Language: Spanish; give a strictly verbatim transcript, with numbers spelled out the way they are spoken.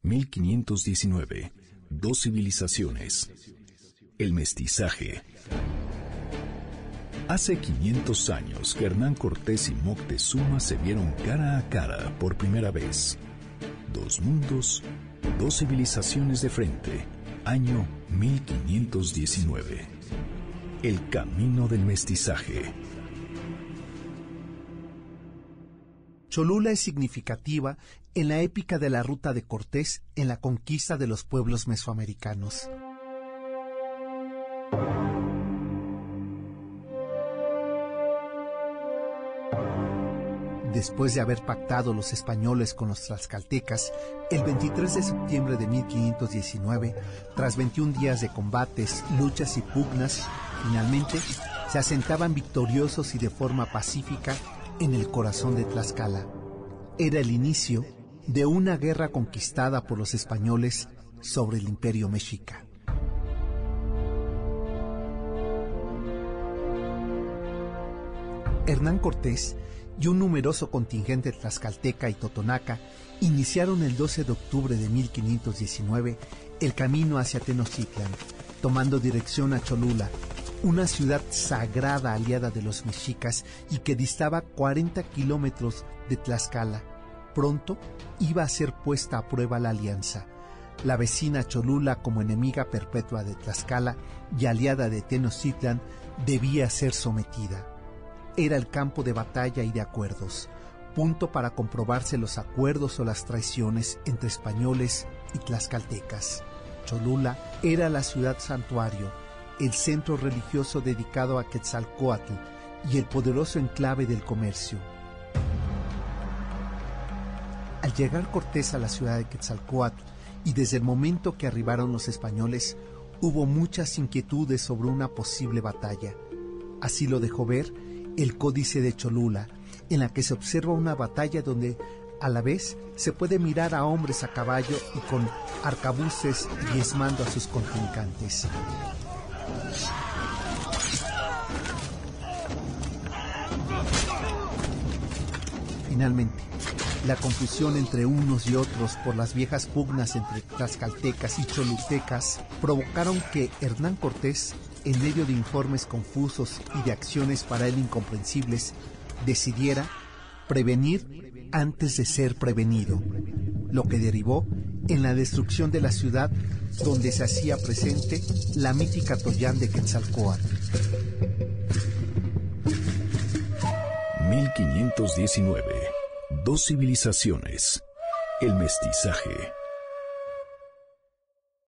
mil quinientos diecinueve. Dos civilizaciones. El mestizaje. Hace quinientos años que Hernán Cortés y Moctezuma se vieron cara a cara por primera vez. Dos mundos, dos civilizaciones de frente. Año mil quinientos diecinueve. El camino del mestizaje. Cholula es significativa en la épica de la ruta de Cortés en la conquista de los pueblos mesoamericanos. Después de haber pactado los españoles con los tlaxcaltecas, el veintitrés de septiembre de mil quinientos diecinueve, tras veintiún días de combates, luchas y pugnas, finalmente se asentaban victoriosos y de forma pacífica en el corazón de Tlaxcala. Era el inicio de una guerra conquistada por los españoles sobre el Imperio Mexica. Hernán Cortés y un numeroso contingente tlaxcalteca y totonaca iniciaron el doce de octubre de mil quinientos diecinueve el camino hacia Tenochtitlan, tomando dirección a Cholula, una ciudad sagrada aliada de los mexicas y que distaba cuarenta kilómetros de Tlaxcala. Pronto iba a ser puesta a prueba la alianza. La vecina Cholula, como enemiga perpetua de Tlaxcala y aliada de Tenochtitlan, debía ser sometida. Era el campo de batalla y de acuerdos, punto para comprobarse los acuerdos o las traiciones entre españoles y tlaxcaltecas. Cholula era la ciudad santuario, el centro religioso dedicado a Quetzalcóatl y el poderoso enclave del comercio. Al llegar Cortés a la ciudad de Quetzalcóatl y desde el momento que arribaron los españoles, hubo muchas inquietudes sobre una posible batalla. Así lo dejó ver el Códice de Cholula, en la que se observa una batalla donde a la vez se puede mirar a hombres a caballo y con arcabuces diezmando a sus contrincantes. Finalmente, la confusión entre unos y otros por las viejas pugnas entre tlaxcaltecas y cholutecas provocaron que Hernán Cortés, en medio de informes confusos y de acciones para él incomprensibles, decidiera prevenir antes de ser prevenido, lo que derivó en la destrucción de la ciudad donde se hacía presente la mítica Tollán de Quetzalcóatl. mil quinientos diecinueve. Dos civilizaciones. El mestizaje.